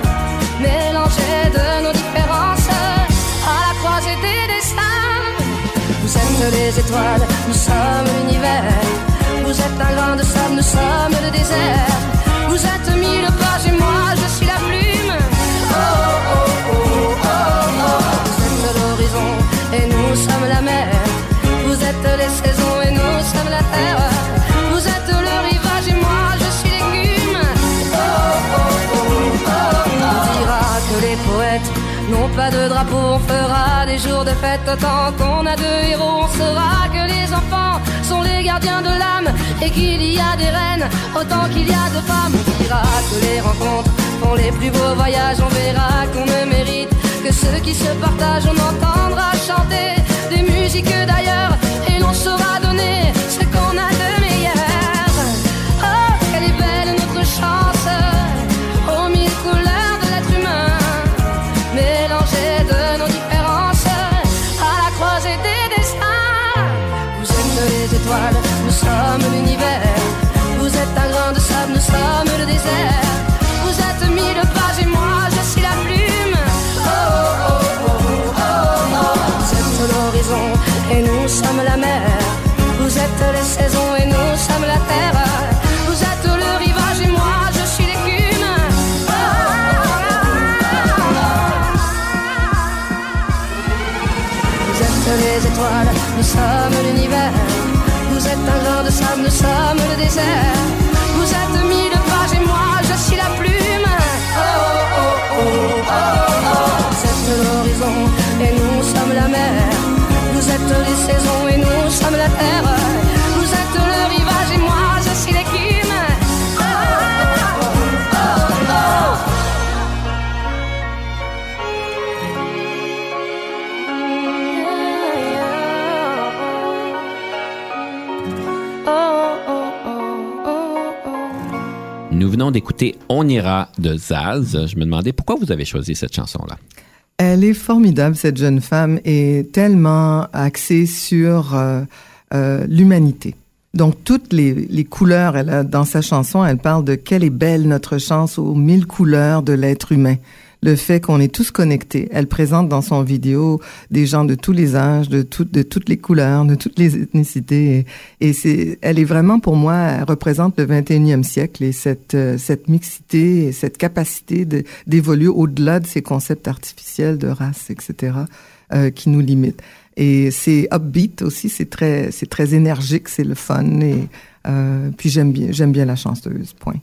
mélangées de nos différences, à la croisée des destins. Vous êtes les étoiles, nous sommes l'univers. Vous êtes un grain de sable, nous sommes le désert. Vous êtes mille pages et moi je suis la plume. Oh, oh, oh, oh, oh. Vous êtes l'horizon et nous sommes la mer. Vous êtes les saisons et nous sommes la terre. Vous êtes le rivage et moi je suis l'écume. Oh, oh, oh, oh, oh. On dira que les poètes n'ont pas de drapeau. On fera des jours de fête autant qu'on a de héros. On saura que les enfants sont les gardiens de l'âme et qu'il y a des reines autant qu'il y a de femmes. On dira que les rencontres font les plus beaux voyages. On verra qu'on ne mérite que ceux qui se partagent. On entendra chanter des musiques d'ailleurs et l'on saura donner ce qu'on a de meilleur. Oh, quelle est belle notre chance, aux mille couleurs de l'être humain, mélangées de nos différences, à la croisée des destins. Vous êtes les étoiles, nous sommes l'univers. Vous êtes un grain de sable, nous sommes le désert. Vous êtes mille pages et moi je suis la plume. Oh, oh, oh, oh, oh, oh. Vous êtes l'horizon et nous sommes la mer. Vous êtes les saisons et nous sommes la terre. Vous êtes le rivage et moi je suis l'écume. Oh, oh, oh, oh. Vous êtes les étoiles, nous sommes l'univers. Vous êtes un grain de sable, nous sommes le désert. Vous êtes mille pages et moi je suis la plume. Oh, oh, oh, oh, oh. Vous êtes l'horizon et nous sommes la mer. Vous êtes les saisons et nous sommes la terre. Vous êtes le rivage et moi je suis l'écume. Oh, oh, oh, oh, oh. Nous venons d'écouter On ira de Zaz. Je me demandais pourquoi vous avez choisi cette chanson-là. Elle est formidable, cette jeune femme, et tellement axée sur euh, euh, l'humanité. Donc, toutes les, les couleurs, elle a, dans sa chanson, elle parle de quelle est belle notre chance aux mille couleurs de l'être humain. Le fait qu'on est tous connectés. Elle présente dans son vidéo des gens de tous les âges, de, tout, de toutes les couleurs, de toutes les ethnicités. Et, et c'est, elle est vraiment, pour moi, elle représente le vingt et unième siècle et cette, euh, cette mixité et cette capacité de, d'évoluer au-delà de ces concepts artificiels de race, et cetera, euh, qui nous limitent. Et c'est upbeat aussi, c'est très, c'est très énergique, c'est le fun. Et euh, puis j'aime bien, j'aime bien la chanteuse. Point.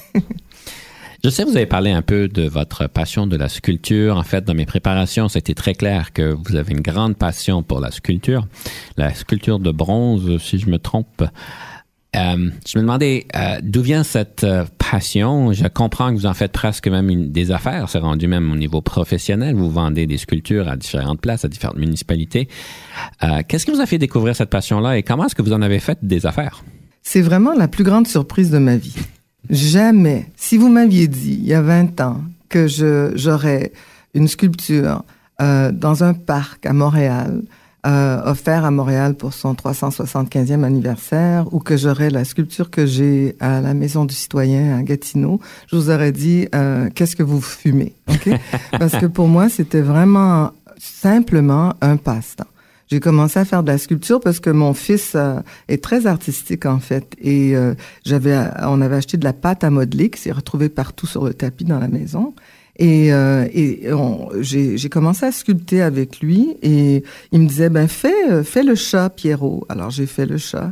Je sais, vous avez parlé un peu de votre passion de la sculpture. En fait, dans mes préparations, c'était très clair que vous avez une grande passion pour la sculpture. La sculpture de bronze, si je me trompe. Euh, je me demandais euh, d'où vient cette euh, passion. Je comprends que vous en faites presque même une, des affaires. C'est rendu même au niveau professionnel. Vous vendez des sculptures à différentes places, à différentes municipalités. Euh, qu'est-ce qui vous a fait découvrir cette passion-là et comment est-ce que vous en avez fait des affaires? C'est vraiment la plus grande surprise de ma vie. Jamais, si vous m'aviez dit il y a vingt ans que je j'aurais une sculpture euh, dans un parc à Montréal, euh, offert à Montréal pour son trois cent soixante-quinzième anniversaire, ou que j'aurais la sculpture que j'ai à la Maison du Citoyen à Gatineau, je vous aurais dit euh, qu'est-ce que vous fumez, ok? Parce que pour moi c'était vraiment simplement un passe-temps. J'ai commencé à faire de la sculpture parce que mon fils euh, est très artistique en fait et euh, j'avais, on avait acheté de la pâte à modeler qui s'est retrouvée partout sur le tapis dans la maison et, euh, et on, j'ai, j'ai commencé à sculpter avec lui et il me disait ben fais fais le chat Pierrot. Alors j'ai fait le chat.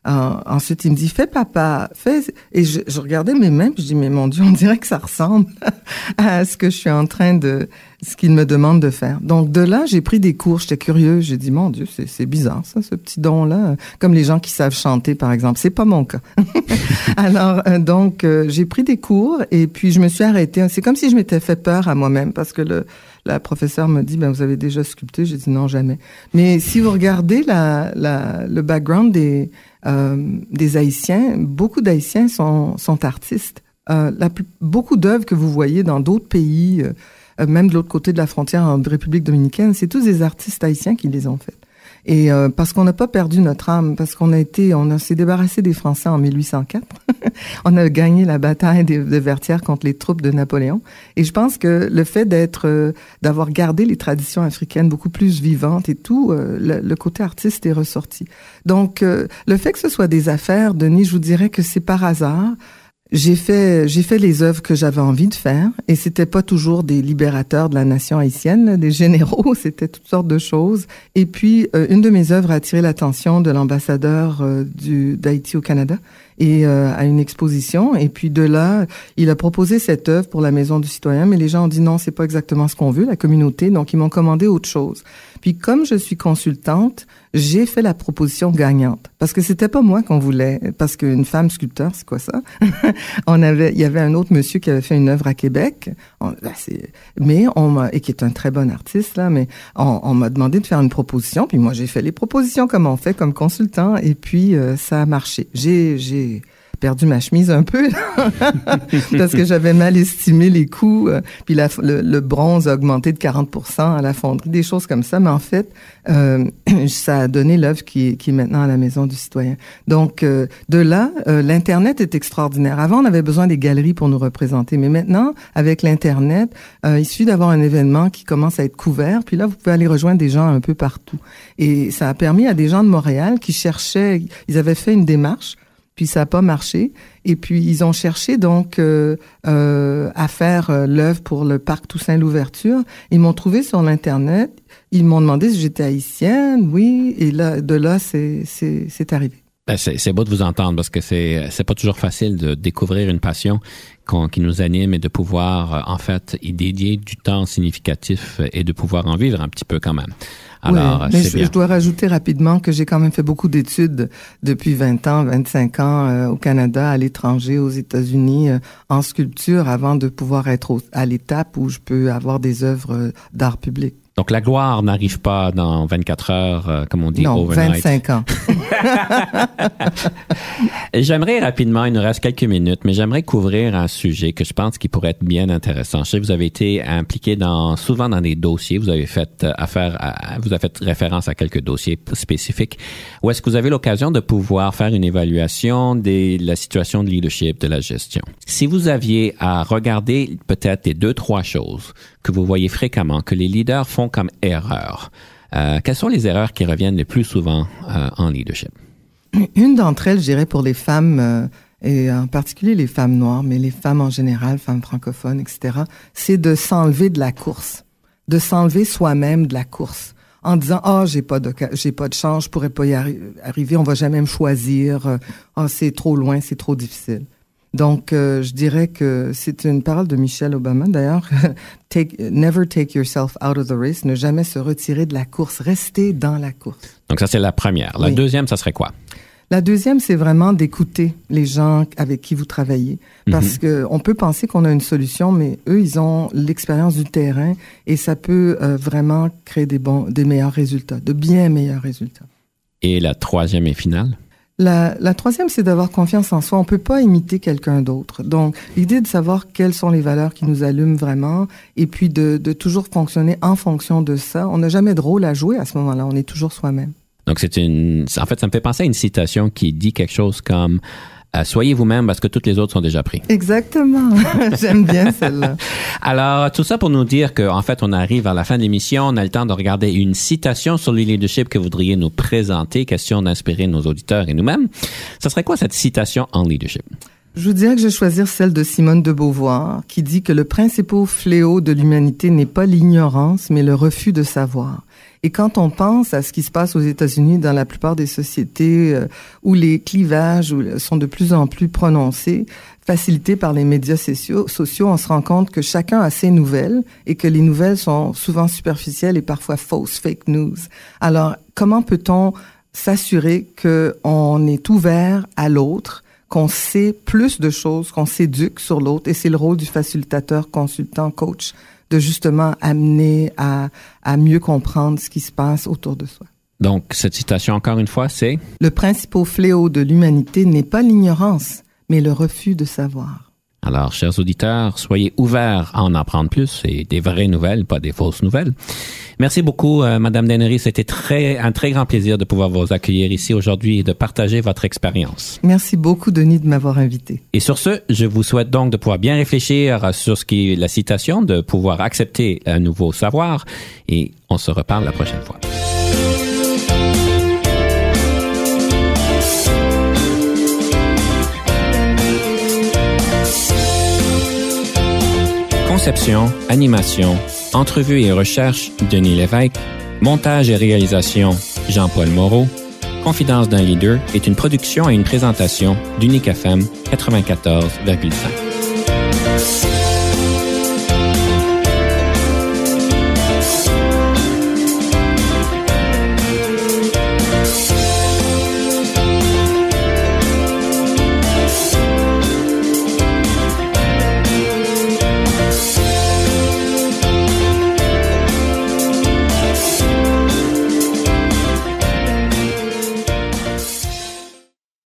Euh, ensuite, il me dit, fais papa, fais. Et je, je regardais mes mains, puis je dis, mais mon Dieu, on dirait que ça ressemble à ce que je suis en train de, ce qu'il me demande de faire. Donc, de là, j'ai pris des cours. J'étais curieux. J'ai dit, mon Dieu, c'est, c'est bizarre, ça, ce petit don-là. Comme les gens qui savent chanter, par exemple. C'est pas mon cas. Alors, euh, donc, euh, j'ai pris des cours et puis je me suis arrêtée. C'est comme si je m'étais fait peur à moi-même parce que le, la professeure me dit, ben, vous avez déjà sculpté. J'ai dit, non, jamais. Mais si vous regardez la, la, le background des, Euh, des Haïtiens, beaucoup d'Haïtiens sont, sont artistes. Euh, la, beaucoup d'œuvres que vous voyez dans d'autres pays, euh, même de l'autre côté de la frontière en République dominicaine, c'est tous des artistes haïtiens qui les ont faites. Et euh, parce qu'on n'a pas perdu notre âme, parce qu'on a été, on a, s'est débarrassé des Français en mille huit cent quatre. On a gagné la bataille de, de Vertières contre les troupes de Napoléon. Et je pense que le fait d'être, euh, d'avoir gardé les traditions africaines beaucoup plus vivantes et tout, euh, le, le côté artiste est ressorti. Donc, euh, le fait que ce soit des affaires, Denis, je vous dirais que c'est par hasard. J'ai fait, j'ai fait les œuvres que j'avais envie de faire, et c'était pas toujours des libérateurs de la nation haïtienne, des généraux, c'était toutes sortes de choses. Et puis, euh, une de mes œuvres a attiré l'attention de l'ambassadeur euh, du, d'Haïti au Canada, et euh, à une exposition. Et puis de là, il a proposé cette œuvre pour la Maison du Citoyen, mais les gens ont dit non, c'est pas exactement ce qu'on veut, la communauté, donc ils m'ont commandé autre chose. Puis comme je suis consultante, j'ai fait la proposition gagnante, parce que c'était pas moi qu'on voulait, parce qu'une femme sculpteur, c'est quoi ça? On avait, il y avait un autre monsieur qui avait fait une œuvre à Québec, on, là, c'est, mais on m'a, et qui est un très bon artiste là, mais on, on m'a demandé de faire une proposition, puis moi j'ai fait les propositions comme on fait comme consultant, et puis euh, ça a marché. J'ai, j'ai perdu ma chemise un peu parce que j'avais mal estimé les coûts, euh, puis la, le, le bronze a augmenté de quarante pour cent à la fonderie, des choses comme ça, mais en fait euh, ça a donné l'œuvre qui est, qui est maintenant à la Maison du Citoyen. Donc euh, de là, euh, l'Internet est extraordinaire. Avant, on avait besoin des galeries pour nous représenter, mais maintenant, avec l'Internet, euh, il suffit d'avoir un événement qui commence à être couvert, puis là, vous pouvez aller rejoindre des gens un peu partout. Et ça a permis à des gens de Montréal qui cherchaient, ils avaient fait une démarche, puis ça n'a pas marché. Et puis, ils ont cherché donc euh, euh, à faire euh, l'œuvre pour le Parc Toussaint l'Ouverture. Ils m'ont trouvé sur l'Internet. Ils m'ont demandé si j'étais haïtienne. Oui. Et là, de là, c'est, c'est, c'est arrivé. Ben c'est, c'est beau de vous entendre parce que c'est, c'est pas toujours facile de découvrir une passion qu'on, qui nous anime et de pouvoir, en fait, y dédier du temps significatif et de pouvoir en vivre un petit peu quand même. Alors, oui, mais c'est je, bien. je dois rajouter rapidement que j'ai quand même fait beaucoup d'études depuis vingt ans, vingt-cinq ans euh, au Canada, à l'étranger, aux États-Unis, euh, en sculpture, avant de pouvoir être au, à l'étape où je peux avoir des œuvres euh, d'art public. Donc, la gloire n'arrive pas dans vingt-quatre heures, euh, comme on dit, non, overnight. vingt-cinq ans. J'aimerais rapidement, il nous reste quelques minutes, mais j'aimerais couvrir un sujet que je pense qui pourrait être bien intéressant. Je sais que vous avez été impliqué dans, souvent dans des dossiers. Vous avez fait affaire à, vous avez fait référence à quelques dossiers spécifiques. Ou est-ce que vous avez l'occasion de pouvoir faire une évaluation de la situation de leadership, de la gestion? Si vous aviez à regarder peut-être les deux, trois choses que vous voyez fréquemment, que les leaders font comme erreur, euh, quelles sont les erreurs qui reviennent le plus souvent euh, en leadership? Une d'entre elles, je dirais, pour les femmes, euh, et en particulier les femmes noires, mais les femmes en général, femmes francophones, et cetera, c'est de s'enlever de la course, de s'enlever soi-même de la course, en disant « Ah, oh, j'ai pas de j'ai pas de chance, je pourrais pas y arri- arriver, on va jamais me choisir, ah, oh, c'est trop loin, c'est trop difficile ». Donc, euh, je dirais que c'est une parole de Michelle Obama, d'ailleurs. take, never take yourself out of the race. Ne jamais se retirer de la course. Rester dans la course. Donc, ça, c'est la première. La oui. deuxième, ça serait quoi? La deuxième, c'est vraiment d'écouter les gens avec qui vous travaillez. Parce mm-hmm. que on peut penser qu'on a une solution, mais eux, ils ont l'expérience du terrain et ça peut euh, vraiment créer des bons, des meilleurs résultats, de bien meilleurs résultats. Et la troisième et finale? La, la troisième, c'est d'avoir confiance en soi. On peut pas imiter quelqu'un d'autre. Donc, l'idée de savoir quelles sont les valeurs qui nous allument vraiment et puis de, de toujours fonctionner en fonction de ça. On n'a jamais de rôle à jouer à ce moment-là. On est toujours soi-même. Donc, c'est une... En fait, ça me fait penser à une citation qui dit quelque chose comme euh, « Soyez vous-même parce que toutes les autres sont déjà pris ». Exactement. J'aime bien celle-là. Alors, tout ça pour nous dire qu'en fait, on arrive à la fin de l'émission. On a le temps de regarder une citation sur le leadership que vous voudriez nous présenter, question d'inspirer nos auditeurs et nous-mêmes. Ça serait quoi cette citation en leadership? Je vous dirais que je vais choisir celle de Simone de Beauvoir, qui dit que le principal fléau de l'humanité n'est pas l'ignorance, mais le refus de savoir. Et quand on pense à ce qui se passe aux États-Unis dans la plupart des sociétés euh, où les clivages sont de plus en plus prononcés, facilités par les médias sociaux, sociaux, on se rend compte que chacun a ses nouvelles et que les nouvelles sont souvent superficielles et parfois fausses, fake news. Alors, comment peut-on s'assurer qu'on est ouvert à l'autre, qu'on sait plus de choses, qu'on s'éduque sur l'autre, et c'est le rôle du facilitateur, consultant, coach, de justement amener à, à mieux comprendre ce qui se passe autour de soi. Donc, cette citation, encore une fois, c'est « Le principal fléau de l'humanité n'est pas l'ignorance, mais le refus de savoir. » Alors, chers auditeurs, soyez ouverts à en apprendre plus et des vraies nouvelles, pas des fausses nouvelles. Merci beaucoup, euh, Madame Dennery. C'était très, un très grand plaisir de pouvoir vous accueillir ici aujourd'hui et de partager votre expérience. Merci beaucoup, Denis, de m'avoir invité. Et sur ce, je vous souhaite donc de pouvoir bien réfléchir sur ce qui est la citation, de pouvoir accepter un nouveau savoir et on se reparle la prochaine fois. Conception, animation, entrevue et recherche, Denis Lévesque. Montage et réalisation, Jean-Paul Moreau. Confidence d'un leader est une production et une présentation d'Unique F M quatre-vingt-quatorze virgule cinq.